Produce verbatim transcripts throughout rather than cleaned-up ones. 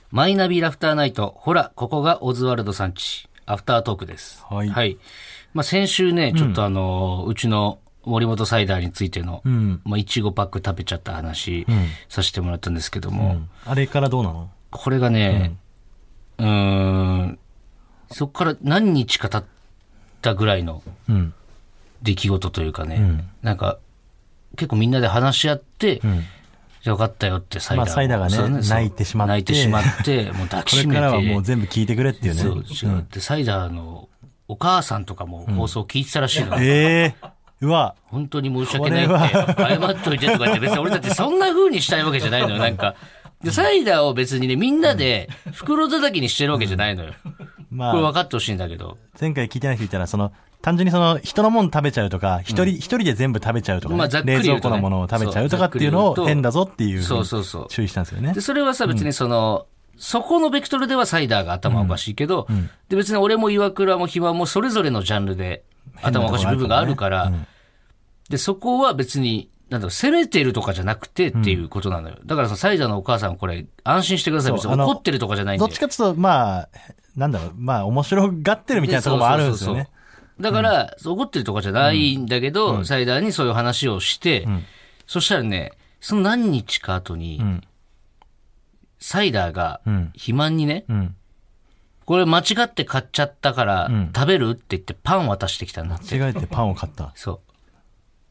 マイナビラフターナイト、ほら、ここがオズワルドさんち、アフタートークです。 はい。 はい。まあ、先週ね、ちょっとあの、うん、うちの森本サイダーについての、うん、まあ、いちごパック食べちゃった話、うん、させてもらったんですけども、うん、 あれからどうなの？ これがね、うん、うーん、そこから何日か経ったぐらいの出来事というかね、うん、なんか、結構みんなで話し合って、うん、じゃあ分かったよってサイダー、 まあ、サイダーが ね, ね泣いてしまって泣いてしまってもう抱きしめてこれからはもう全部聞いてくれっていうね。 そう、うん、でサイダーのお母さんとかも放送聞いてたらしいの、 うん、ええー、うわ本当に申し訳ないって謝っといてとか言って、別に俺だってそんな風にしたいわけじゃないのよ。なんかでサイダーを別にねみんなで袋叩きにしてるわけじゃないのよ、うん、まあ、これ分かってほしいんだけど、 前回聞いてない人いたらその単純にその人のもの食べちゃうとか、一人、一人で全部食べちゃうとか、ね、まあざっくり言うとね、冷蔵庫のものを食べちゃうとかっていうのを変だぞっていうそうそうそう注意したんですよね。 でそれはさ別にその、うん、そこのベクトルではサイダーが頭おかしいけど、うん、で別に俺も岩倉も肥満もそれぞれのジャンルで頭おかしい部分があるから、ね、うん、でそこは別になんだろう責めてるとかじゃなくてっていうことなのよ。だからさサイダーのお母さんこれ安心してください。別に怒ってるとかじゃないんで。 どっちかっていうとまあなんだろうまあ面白がってるみたいなところもあるんですよね。そうそうそうそうだから、うん、怒ってるとかじゃないんだけど、うん、サイダーにそういう話をして、うん、そしたらね、その何日か後に、うん、サイダーが肥満にね、うん、これ間違って買っちゃったから、うん、食べるって言ってパン渡してきたんだって。 間違えてパンを買った。 そう。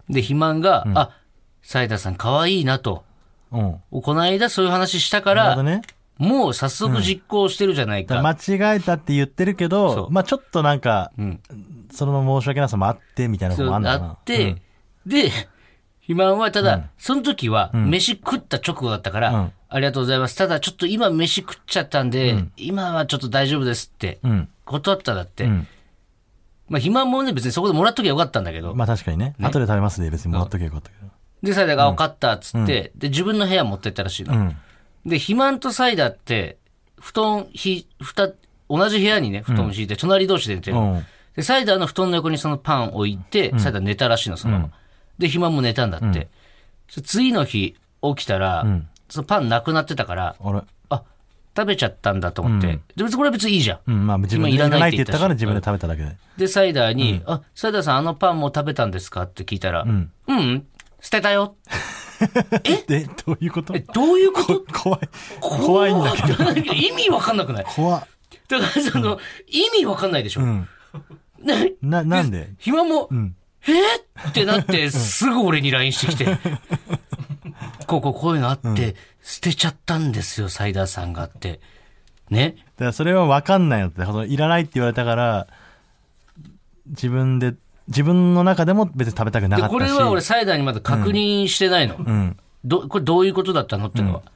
で、肥満が、うん、あ、サイダーさん可愛いなと、うん、この間そういう話したから、ね、もう早速実行してるじゃないか。 うん、間違えたって言ってるけど、まあちょっとなんか、うんその申し訳なさもあって、みたいなこともあるんだな。 あって、うん、で、肥満はただ、うん、その時は、飯食った直後だったから、うん、ありがとうございます。ただ、ちょっと今飯食っちゃったんで、うん、今はちょっと大丈夫ですって、断っただって。うん、まあ、肥満もね、別にそこでもらっときゃよかったんだけど。 まあ確かにね。ね後で食べますで、別にもらっときゃよかったけど。 で、サイダーが分かったっつって、で、自分の部屋持ってったらしいの。うん、で、肥満とサイダーって、布団ひ、ふた、同じ部屋にね、布団敷いて、隣同士で寝てる。で、サイダーの布団の横にそのパンを置いて、うん、サイダー寝たらしいの、そのまま。うん、で、肥満も寝たんだって。うん、次の日起きたら、うん、そのパンなくなってたから、あれあ、食べちゃったんだと思って。うん、で、別にこれは別にいいじゃん。 うん、まあ自分いらないって言ったから自分で食べただけで。 で、サイダーに、うん、あ、サイダーさんあのパンも食べたんですかって聞いたら、うん、うん、捨てたよ。 ええ、どういうことえ、どういうこと怖い。怖いんだけど。 意味わかんなくない怖っ。 だからその、うん、意味わかんないでしょ。うんな、なんで肥満も、うん、えー、ってなって、すぐ俺に ライン してきて、こうこうこういうのあって、うん、捨てちゃったんですよ、サイダーさんがって。ね。 だからそれは分かんないのって、いらないって言われたから、自分で、自分の中でも別に食べたくなかったし。 で、これは俺サイダーにまだ確認してないの。うん、どこれどういうことだったのっていうのは。うん、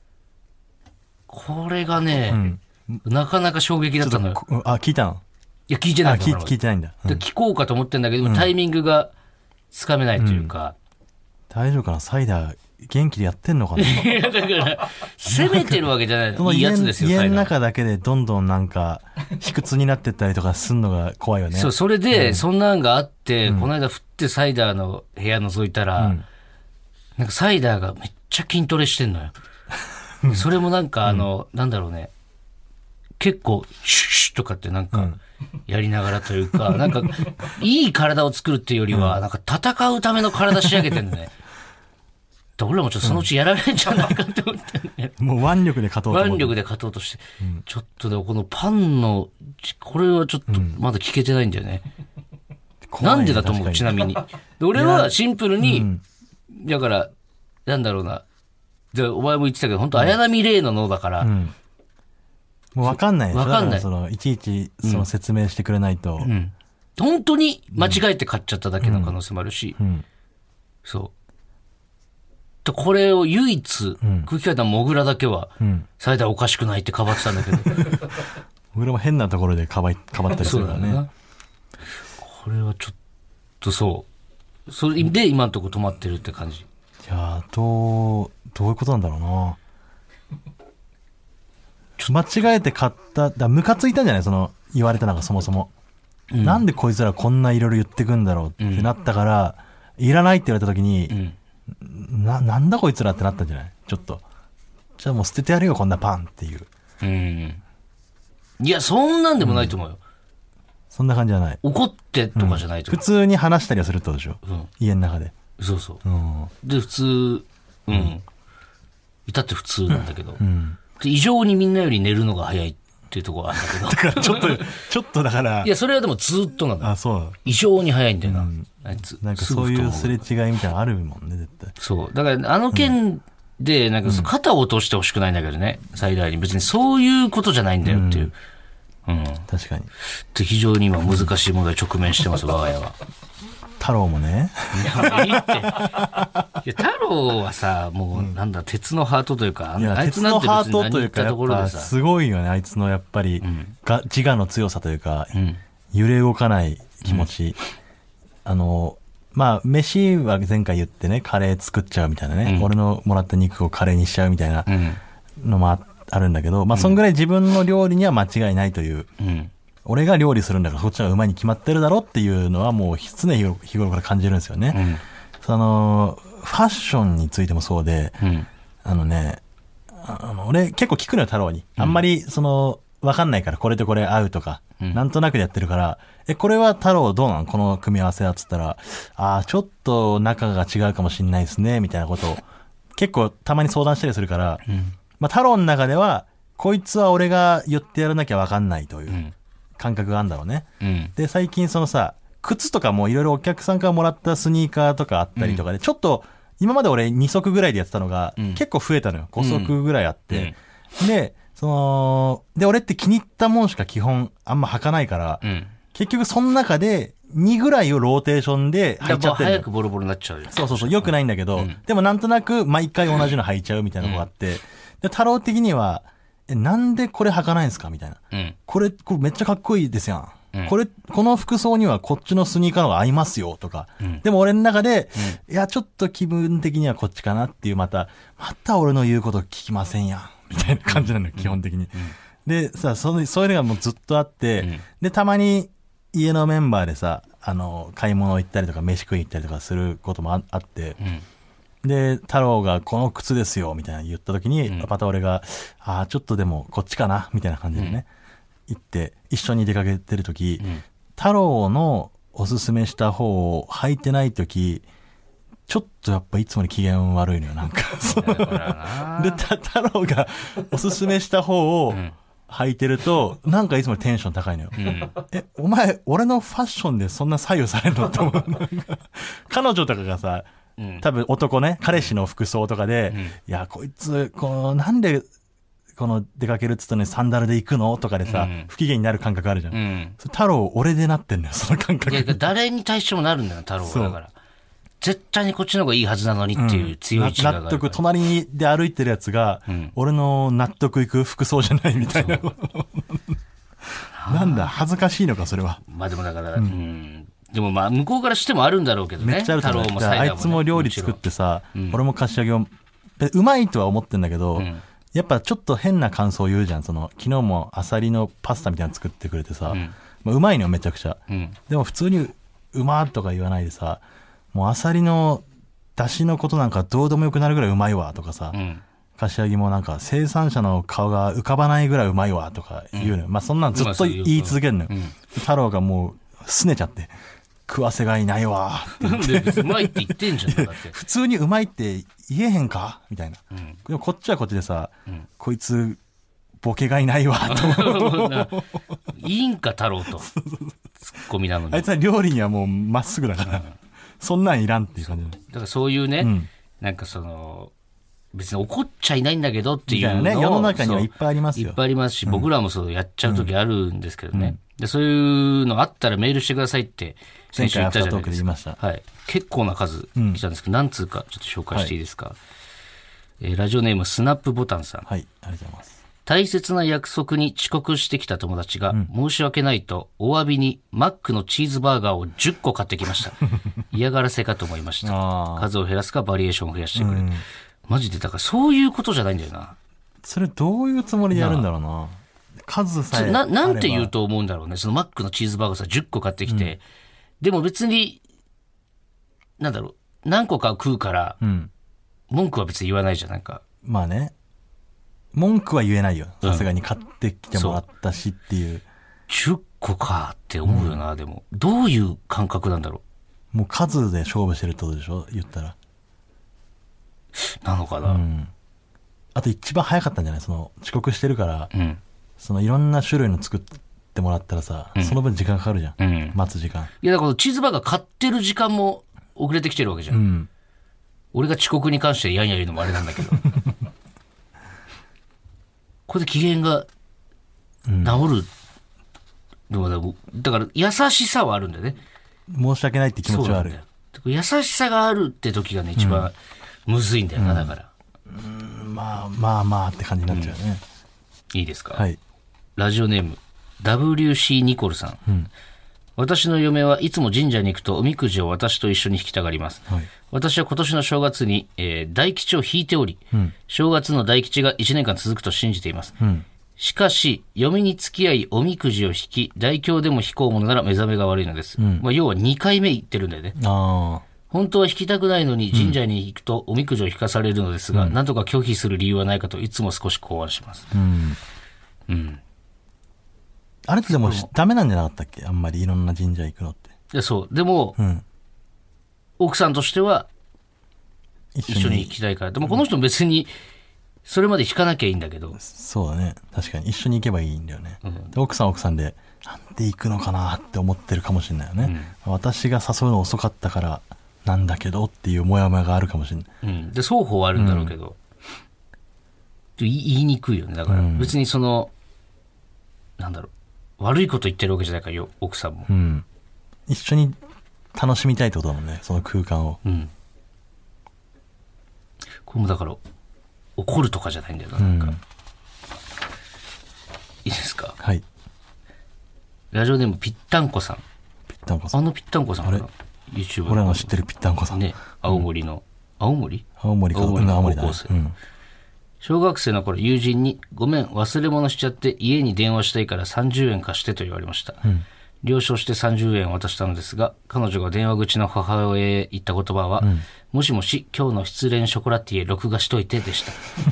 これがね、うん、なかなか衝撃だったのよ。 あ、聞いたのいや、聞いてないの。 聞いてないんだ。 うん、で聞こうかと思ってんだけど、うん、タイミングがつかめないというか。 うん、大丈夫かなサイダー、元気でやってんのかな。いや、だから、攻めてるわけじゃないの。いいやつですよ、 家の中だけでどんどんなんか、卑屈になってったりとかすんのが怖いよね。 そう、それで、うん、そんなんがあって、うん、この間降ってサイダーの部屋覗いたら、うん、なんかサイダーがめっちゃ筋トレしてんのよ。それもなんか、あの、なんだろうね。結構、シュッシュとかってなんか、やりながらというか、うん、なんか、いい体を作るっていうよりは、なんか戦うための体仕上げてるんだね。俺らもちょっとそのうちやられるんじゃないかって思ってね。 もう腕力で勝とうと腕力で勝とうとして。うん、ちょっとでもこのパンの、これはちょっとまだ聞けてないんだよね。うん、なんでだと思うちなみに。で俺はシンプルに、うん、だから、なんだろうな。で、お前も言ってたけど、本当綾波レイの脳だから、うんもう分かんないでしょ。 分かんない。 そのいちいちその説明してくれないと、うんうん、 本当に間違えて買っちゃっただけの可能性もあるし、うんうん、そうこれを唯一、うん、空気階段モグラだけは、うん、サイダーおかしくないってかばってたんだけどモグラも変なところでかばいかばったりするからね。そうだな。 これはちょっとそうそれで今のところ止まってるって感じ。いやどうどういうことなんだろうな。間違えて買った、だムカついたんじゃないその言われたのがそもそも、うん、なんでこいつらこんないろいろ言ってくんだろうってなったから、うん、いらないって言われた時に、うん、な, なんだこいつらってなったんじゃないちょっとじゃあもう捨ててやるよこんなパンっていう。 うん。いや、そんなんでもないと思うよ。うん、 そんな感じじゃない。 怒ってとかじゃないと思う。 うん、普通に話したりはするってことでしょ、 うん、 家の中で。 そうそう。 うん、 で、普通、うん。うん、至って普通なんだけど、 うん、 で異常にみんなより寝るのが早いっていうところがあるんだけど。 だからちょっと、ちょっとだから。 いや、それはでもずっとなんだよ。 あ、そう。 異常に早いんだよな。うん、 あいつ。なんかそういうすれ違いみたいなのあるもんね、絶対。 そう。だから、あの件で、なんか肩を落としてほしくないんだけどね、最大に。別にそういうことじゃないんだよっていう。うん。うん、 確かに。 で、非常に今難しい問題直面してます、我が家は。 太郎もね。 いや、いいって。いや、太郎はさ、もう、なんだ、鉄のハートというか、 いや、 あいつなんて別に何言ったところでさ。 すごいよね、あいつのやっぱり、うん、が自我の強さというか、うん、揺れ動かない気持ち。うん、あの、まあ、飯は前回言ってね、カレー作っちゃうみたいなね、うん、俺のもらった肉をカレーにしちゃうみたいなのも あ, あるんだけど、まあ、そんぐらい自分の料理には間違いないという。うん、俺が料理するんだからそっちがうまいに決まってるだろっていうのはもう常日頃から感じるんですよね。うん、そのファッションについてもそうで、うん、あのね、あの俺結構聞くのよ太郎に。あんまりそのわかんないからこれとこれ合うとか、うん、なんとなくでやってるから、えこれは太郎どうなんこの組み合わせはっつったら、ああちょっと仲が違うかもしれないですねみたいなことを結構たまに相談したりするから、うん、まあ太郎の中ではこいつは俺が言ってやらなきゃわかんないという。うん感覚があるんだろうね。うん、で、最近そのさ、靴とかもいろいろお客さんからもらったスニーカーとかあったりとかで、うん、ちょっと、今まで俺に足ぐらいでやってたのが、うん、結構増えたのよ。ご足ぐらいあって。うん、で、その、で、俺って気に入ったもんしか基本あんま履かないから、うん、結局その中でにぐらいをローテーションで履いちゃってる。 早くボロボロになっちゃうよ。 そうそうそう、良くないんだけど、うん、でもなんとなく毎回同じの履いちゃうみたいなのがあって、で、太郎的には、え、なんでこれ履かないんすかみたいな、うん。これ、これめっちゃかっこいいですやん。うん、これ、この服装にはこっちのスニーカーの方が合いますよとか。うん、でも俺の中で、うん、いや、ちょっと気分的にはこっちかなっていう、また、また俺の言うこと聞きませんやん。みたいな感じなのよ、うん、基本的に。うん、で、さ、その、そういうのがもうずっとあって、うん、で、たまに家のメンバーでさ、あの、買い物行ったりとか、飯食い行ったりとかすることも あ, あって、うんで、太郎がこの靴ですよ、みたいな言った時に、うん、また俺が、ああ、ちょっとでもこっちかな、みたいな感じでね、うん、行って、一緒に出かけてる時、うん、太郎のおすすめした方を履いてない時、ちょっとやっぱいつもに機嫌悪いのよ、なんか。で、太郎がおすすめした方を履いてると、なんかいつもテンション高いのよ。うん、え、お前、俺のファッションでそんな左右されるのって思う。彼女とかがさ、うん、多分男ね、彼氏の服装とかで、うん、いや、こいつ、この、なんで、この出かけるっつったのにサンダルで行くのとかでさ、うん、不機嫌になる感覚あるじゃん。うん、太郎、俺でなってんだよ、その感覚。 いや、誰に対してもなるんだよ、太郎は。だから。絶対にこっちの方がいいはずなのにっていう強い力がある、うん、納得、隣で歩いてるやつが、うん、俺の納得いく服装じゃないみたいな。なんだ、恥ずかしいのか、それは。 まあでもだから、うん、うんでもまあ向こうからしてもあるんだろうけどね。 めっちゃあると思う。太郎もサイダーも、ね、あいつも料理作ってさ、うん、俺も柏木をうまいとは思ってんだけど、うん、やっぱちょっと変な感想を言うじゃん。その昨日もアサリのパスタみたいなの作ってくれてさ、うんまあ、うまいのよめちゃくちゃ、うん、でも普通にうまーとか言わないでさ、もうアサリの出汁のことなんかどうでもよくなるぐらいうまいわとかさ、うん、柏木もなんか生産者の顔が浮かばないぐらいうまいわとか言うのよ、うん、まあそんなのずっと言い続けるのよ、うん、太郎がもう拗ねちゃって食わせがいないわって別にうまいって言ってんじゃんだって普通にうまいって言えへんかみたいな、うん、でもこっちはこっちでさ、うん、こいつボケがいないわといいんか太郎とツッコミなのにあいつは料理にはもうまっすぐだから、うん、そんなんいらんっていう感じだからそういうね、うん、なんかその別に怒っちゃいないんだけどっていうのを、 ね、世の中にはいっぱいありますよ。 いっぱいありますし、うん、僕らもそうやっちゃう時あるんですけどね、うん、でそういうのあったらメールしてくださいって先週言ったじゃないですか。はい、結構な数来たんですけど、うん、何通かちょっと紹介していいですか。はいえー、ラジオネームスナップボタンさん。 はい、ありがとうございます。 大切な約束に遅刻してきた友達が、うん、申し訳ないとお詫びにマックのチーズバーガーをじゅっこ買ってきました。嫌がらせかと思いました。数を減らすかバリエーションを増やしてくれ。うんマジでだからそういうことじゃないんだよな。 それどういうつもりでやるんだろうな。数さえななんて言うと思うんだろうね。そのマックのチーズバーガーさじゅっこ買ってきて、うん、でも別になんだろう何個か食うから、うん、文句は別に言わないじゃんなんか。 まあね。 文句は言えないよ。さすがに買ってきてもらったしっていう。 じゅっこかって思うよな、うん、でも。どういう感覚なんだろう。もう数で勝負してるってことでしょ言ったら。 なのかな、うん、 あと一番早かったんじゃないその遅刻してるから、 うん、 そのいろんな種類の作ってもらったらさ、うん、その分時間かかるじゃん。うん、待つ時間。 いやだからチーズバーガー買ってる時間も遅れてきてるわけじゃん。うん、俺が遅刻に関してやんや言うのもあれなんだけど。これで機嫌が治るのだ、うん、だから優しさはあるんだよね。 申し訳ないって気持ちはある。 優しさがあるって時がね、一番むずいんだよな、うん、だから。 うん、まあまあまあって感じになっちゃうね。 うん、いいですか、 はい。 ラジオネーム、ダブリューシー ニコルさん。うん、私の嫁はいつも神社に行くとおみくじを私と一緒に引きたがります。はい、私は今年の正月に、えー、大吉を引いており、うん、正月の大吉がいちねんかん続くと信じています。うん、しかし、嫁に付き合いおみくじを引き、大凶でも引こうものなら目覚めが悪いのです。うん、まあ、要はにかいめ行ってるんだよね。 あ本当は引きたくないのに神社に行くとおみくじを引かされるのですが、うん、なんとか拒否する理由はないかといつも少し考案します。うん。うん。 あれってでもダメなんじゃなかったっけあんまりいろんな神社行くのって。 いや、そう。でも、うん、奥さんとしては一緒に行きたいから。でもこの人別にそれまで引かなきゃいいんだけど。 そうだね。確かに一緒に行けばいいんだよね。うん、で奥さんは奥さんで、なんで行くのかなって思ってるかもしれないよね。うん、私が誘うの遅かったからなんだけどっていうモヤモヤがあるかもしれない。 うん、で双方はあるんだろうけど、うん、言いにくいよね。だから別にその、うん、なんだろう、悪いこと言ってるわけじゃないからよ、奥さんも。 うん、一緒に楽しみたいってことだもんね、その空間を。うん、 これもだから怒るとかじゃないんだよな、なんか。うん、いいですか。 はい。 ラジオネームぴったんこさん。 ぴったんこさん。 あのぴったんこさん。あれ YouTube 俺の知ってるぴったんこさん。 ね。青森の。うん、青森青森か。青森の青森だ、ね。うん、 小学生の頃、友人に、ごめん、忘れ物しちゃって家に電話したいからさんじゅうえん貸してと言われました。うん、了承してさんじゅうえん渡したのですが、彼女が電話口の母親へ言った言葉は、うん、もしもし、今日の失恋ショコラティエ録画しといてでした。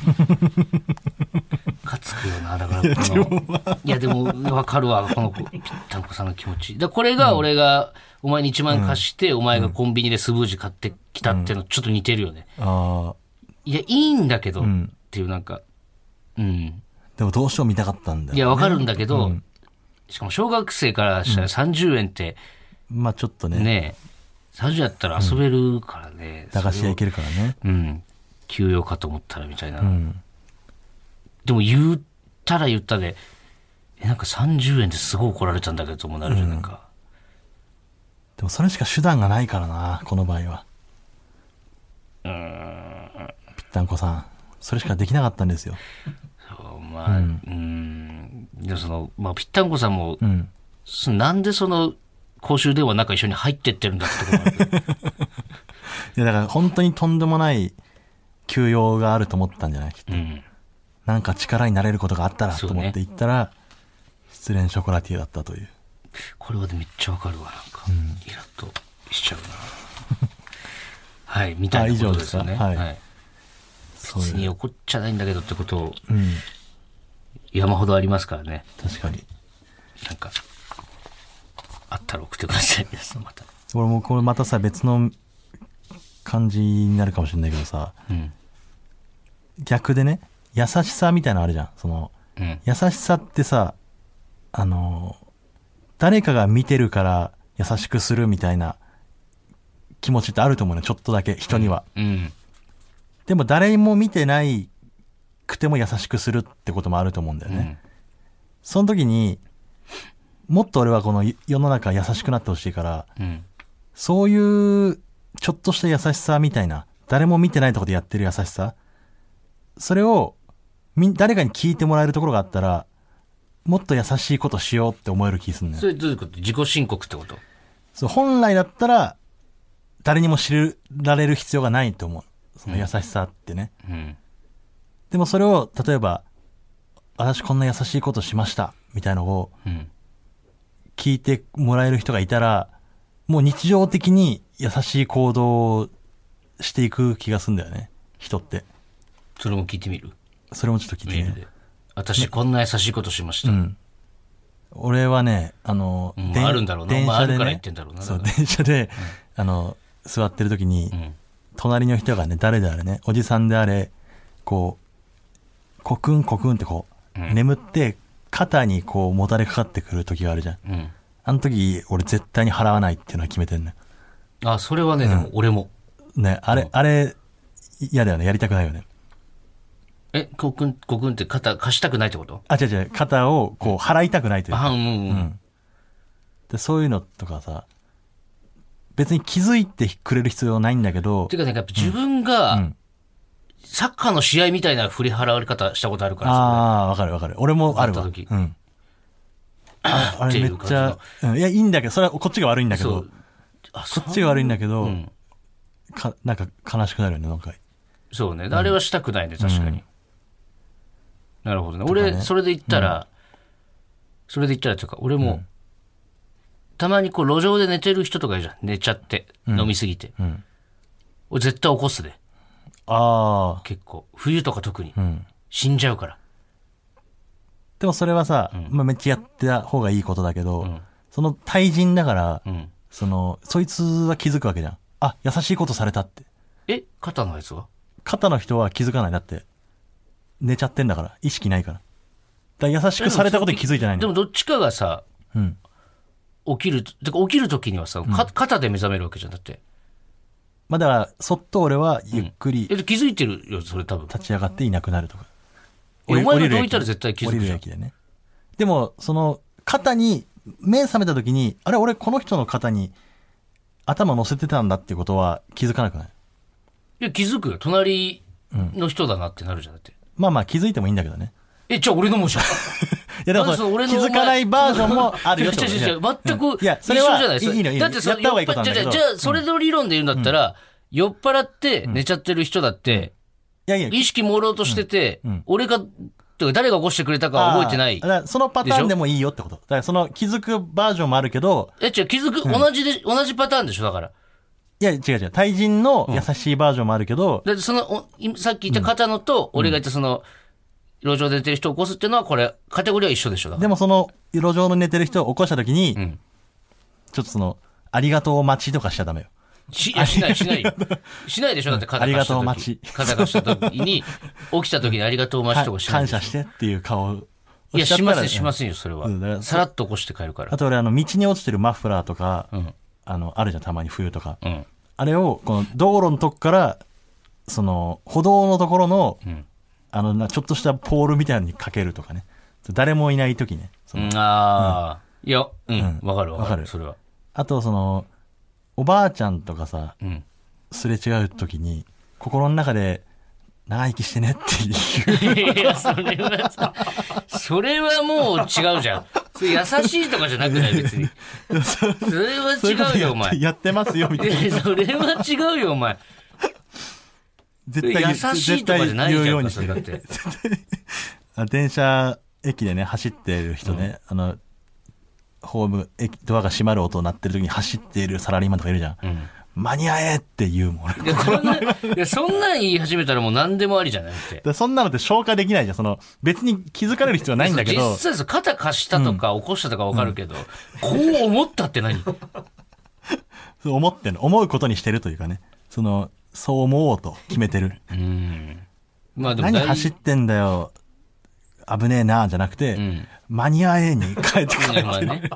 かつくよな、だからこの、いやでもわかるわ、このぴったんこさんの気持ち。だこれが俺がお前にいちまん貸して、うん、お前がコンビニでスムージー買ってきたっていうのちょっと似てるよね。うん、あいや、いいんだけど、うん、っていうなんか、うん。 でもどうしよう見たかったんだよ、ね。 いや、わかるんだけど、うん、しかも小学生からしたらさんじゅうえんって、 うん、まあちょっとね。 ねさんじゅうえんやったら遊べるからね。 駄菓子屋行けるからね。 うん。休養かと思ったらみたいな。うん、でも言ったら言ったで、え、なんかさんじゅうえんですごい怒られたんだけどともなるじゃん、うん、なんか。 でもそれしか手段がないからな、この場合は。 うーん。 ぴったんこさん。それしかできなかったんですよ。 そう、まあ、うん。うんでその、まあ、ぴったんこさんも、うん、なんでその、公衆電話の中一緒に入ってってるんだってところなんだけど。 いや、だから本当にとんでもない休養があると思ったんじゃないきっと。うん、なんか力になれることがあったらと思って行ったら、ね、失恋ショコラティエだったという。 これはめっちゃわかるわ、なんか。うん、イラッとしちゃうな。はい、みたいなことですよね。はい。はい、別に怒っちゃないんだけどってことを、うん、山ほどありますからね。 確かに。 なんか、あったら送ってください。また。 俺もこれまたさ、別の感じになるかもしれないけどさ、うん、逆でね、優しさみたいなのあるじゃん。その、うん、優しさってさ、あの、誰かが見てるから優しくするみたいな気持ちってあると思うね。ちょっとだけ、人には。うんうん、でも誰も見てないくても優しくするってこともあると思うんだよね。うん、その時に、もっと俺はこの世の中優しくなってほしいから、うん、そういうちょっとした優しさみたいな、誰も見てないところでやってる優しさ、それをみ誰かに聞いてもらえるところがあったら、もっと優しいことしようって思える気するんだよ。 それどういうこと？自己申告ってこと？ そう、本来だったら誰にも知られる必要がないと思う。その優しさってね。うんうん、でもそれを例えば、私こんな優しいことしましたみたいなのを聞いてもらえる人がいたら、もう日常的に優しい行動をしていく気がするんだよね、人って。 それも聞いてみる？ それもちょっと聞いてね。 私こんな優しいことしました。 うん。俺はね、あの、 うん、あるんだろうな。電車で、ね、あるから言ってんだろうな。 そう、電車で、うん、あの、座ってる時に、うん、隣の人がね、誰であれね、おじさんであれ、こう、コクンコクンってこう、うん、眠って、肩にこう、もたれかかってくる時があるじゃん。うん、あの時、俺絶対に払わないっていうのは決めてんね。 あ、それはね、うん、でも俺も。 ね、あれ、うん、あれ、嫌だよね。やりたくないよね。 え、コクン、コクンって肩貸したくないってこと？ あ、違う違う。肩をこう、払いたくないというか。 あ、うんうん。うん、 で、そういうのとかさ、別に気づいてくれる必要はないんだけど。 ていうかね、やっぱ自分が、うん、サッカーの試合みたいな振り払われ方したことあるから。 ああ、わかるわかる。俺もあるわ。うん。あ, あれめっちゃ、うん、いや、いいんだけど、それはこっちが悪いんだけど、あこっちが悪いんだけど、うん、かなんか悲しくなるよね、なんか。 そうね。あれはしたくないね、確かに。うん、なるほどね。俺、それで言ったら、うん、それで言ったらというか、俺も、うん、たまにこう、路上で寝てる人とかいるじゃん。寝ちゃって、うん、飲みすぎて。うん、俺絶対起こすで。 ああ。 結構。冬とか特に。うん、死んじゃうから。 でもそれはさ、うん、まあ、めっちゃやってた方がいいことだけど、うん、その対人だから、うん、その、そいつは気づくわけじゃん。あ、優しいことされたって。 え、肩のやつは？ 肩の人は気づかない。だって、寝ちゃってんだから、意識ないから。だから優しくされたことに気づいてないの。 でもどっちかがさ、うん、起きる、てか起きるときにはさ、うん、肩で目覚めるわけじゃん、だって。 まあだから、そっと俺はゆっくり、 うん、え、気づいてるよ、それ多分。 立ち上がっていなくなるとか。 お前がどいたら絶対気づくじゃん。 降りる駅でね。でも、その、肩に、目覚めた時に、あれ、俺この人の肩に頭乗せてたんだってことは気づかなくない？ いや、気づくよ。隣の人だなってなるじゃん、だって。 まあまあ気づいてもいいんだけどね。 え、じゃあ俺のもじゃん。いや、でもその気づかないバージョンもあるよってこと違う違う違う。全く一緒じゃないですか。 いいのいいの。 だってそやった方がいいことなんだけど。 じゃあ、それの理論で言うんだったら、うん、酔っ払って寝ちゃってる人だって、うん、いやいや意識朦朧としてて、うんうん、俺が、誰が起こしてくれたかは覚えてない。 だからそのパターンでもいいよってこと。だからその気づくバージョンもあるけど。 え、違う、気づく、うん、同じで、同じパターンでしょ、だから。 いや、違う違う。対人の優しいバージョンもあるけど。 うん、だってその、さっき言った片野と、俺が言ったその、路上で寝てる人を起こすっていうのは、これ、カテゴリーは一緒でしょ、だから。 でもその、路上の寝てる人を起こしたときに、うん、ちょっとその、ありがとう待ちとかしちゃダメよ。 し、いや、しない、しないよ。しないでしょだって肩貸した時。ありがとう待ち。肩貸した時に、起きた時にありがとう待ちとかしない。 感謝してっていう顔を。 いや、しません、しませんよ、それは。うん、さらっと起こして帰るから。 あと俺、あの、道に落ちてるマフラーとか、うん、あの、あるじゃん、たまに冬とか。うん、あれを、この道路のとこから、その、歩道のところの、うん、あの、ちょっとしたポールみたいなのにかけるとかね。誰もいない時ね。 そのああ、うん、いや、うん、わ、うん、かるわかる。それは。 あと、その、おばあちゃんとかさ、うん、すれ違う時に、心の中で、長生きしてねっていう。 いや、それはさ、それはもう違うじゃん。それ優しいとかじゃなくない別に。それは違うよ、お前。 やってますよ、みたいな。それは違うよ、お前。 絶対優しいとかじゃないじゃん、それだって。 電車、駅でね、走ってる人ね、うん、あの、ホーム、駅、ドアが閉まる音になってる時に走っているサラリーマンとかいるじゃん。うん、間に合えって言うもん。いや、そんな、いや、そんなん言い始めたらもう何でもありじゃないって。 そんなのって消化できないじゃん。その、別に気づかれる必要はないんだけど。 実際、肩貸したとか起こしたとかわかるけど、うん、こう思ったって何？ そう思ってんの。思うことにしてるというかね。その、そう思おうと決めてる。うん。まあでも何走ってんだよ。危ねえな、じゃなくて、うん、間に合えに帰って帰って。ね、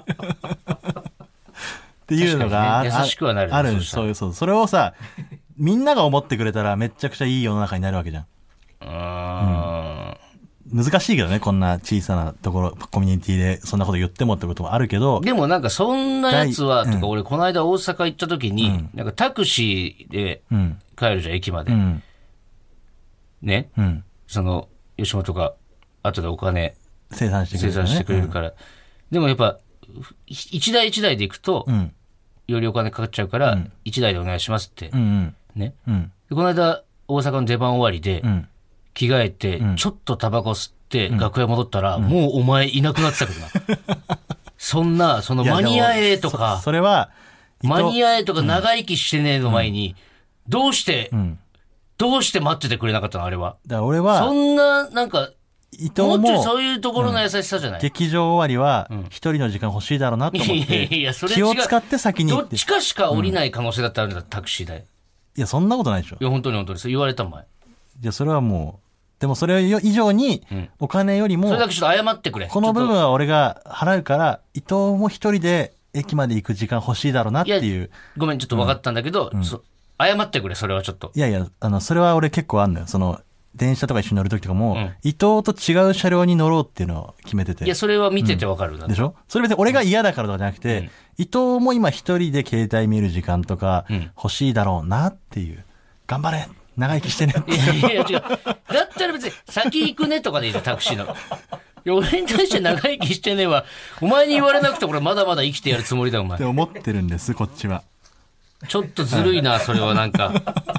っていうのが、 ね、優しくはなる、ね、 あるんです。そういう、そう。それをさ、みんなが思ってくれたらめちゃくちゃいい世の中になるわけじゃん。あうん、難しいけどね、こんな小さなところ、コミュニティでそんなこと言ってもってこともあるけど。 でもなんかそんなやつは、とか、うん、俺この間大阪行った時に、うん、なんかタクシーで帰るじゃん、駅まで。うん、ね、うん、その、吉本が後でお金生産してくれる、ね、 生産してくれるから。うん、でもやっぱ、一台一台で行くと、うん、よりお金かかっちゃうから、一、うん、台でお願いしますって。うんうん、ね、うん、で。この間、大阪の出番終わりで、うん、着替えて、うん、ちょっとタバコ吸って、楽屋戻ったら、うん、もうお前いなくなってたけどな。そんな、その間に合えとか、 そ, それは、 間に合えとか長生きしてねえの前に、うん、どうして、 どうして待っててくれなかったのあれは。 だから俺は、 そんな、なんか、 伊藤も、 もうちょいそういうところの優しさじゃない、うん、 劇場終わりは、一人の時間欲しいだろうなと思って、いやそれ気を使って先に行って。 どっちかしか降りない可能性だってあるんだ、うん、タクシー代。 いや、そんなことないでしょ。 いや、本当に本当に。そう言われた前。 いや、それはもう、でもそれ以上に、お金よりも、 うん、それだけちょっと謝ってくれ。 この部分は俺が払うから、伊藤も一人で駅まで行く時間欲しいだろうなっていう。いやごめん、ちょっと分かったんだけど、うん、謝ってくれ、それはちょっと。 いやいや、あの、それは俺結構あんのよ。その、電車とか一緒に乗るときとかも、うん、伊藤と違う車両に乗ろうっていうのを決めてて。 いや、それは見ててわかるな、 うん。でしょそれ別に俺が嫌だからとかじゃなくて、うん、伊藤も今一人で携帯見る時間とか欲しいだろうなっていう。頑張れ長生きしてねって。 いやいや違う。だったら別に先行くねとかでいいじゃん、タクシーの。いや、俺に対して長生きしてねは、お前に言われなくて俺まだまだ生きてやるつもりだ、お前。 って思ってるんです、こっちは。 ちょっとずるいな、はい、それはなんか。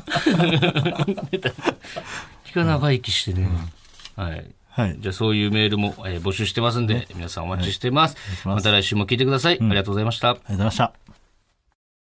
長生きしてね、うん、はい、はい、じゃあそういうメールも、えー、募集してますんで、ね、皆さんお待ちしてます、はい、また来週も聞いてください、うん、ありがとうございました。 ありがとうございました。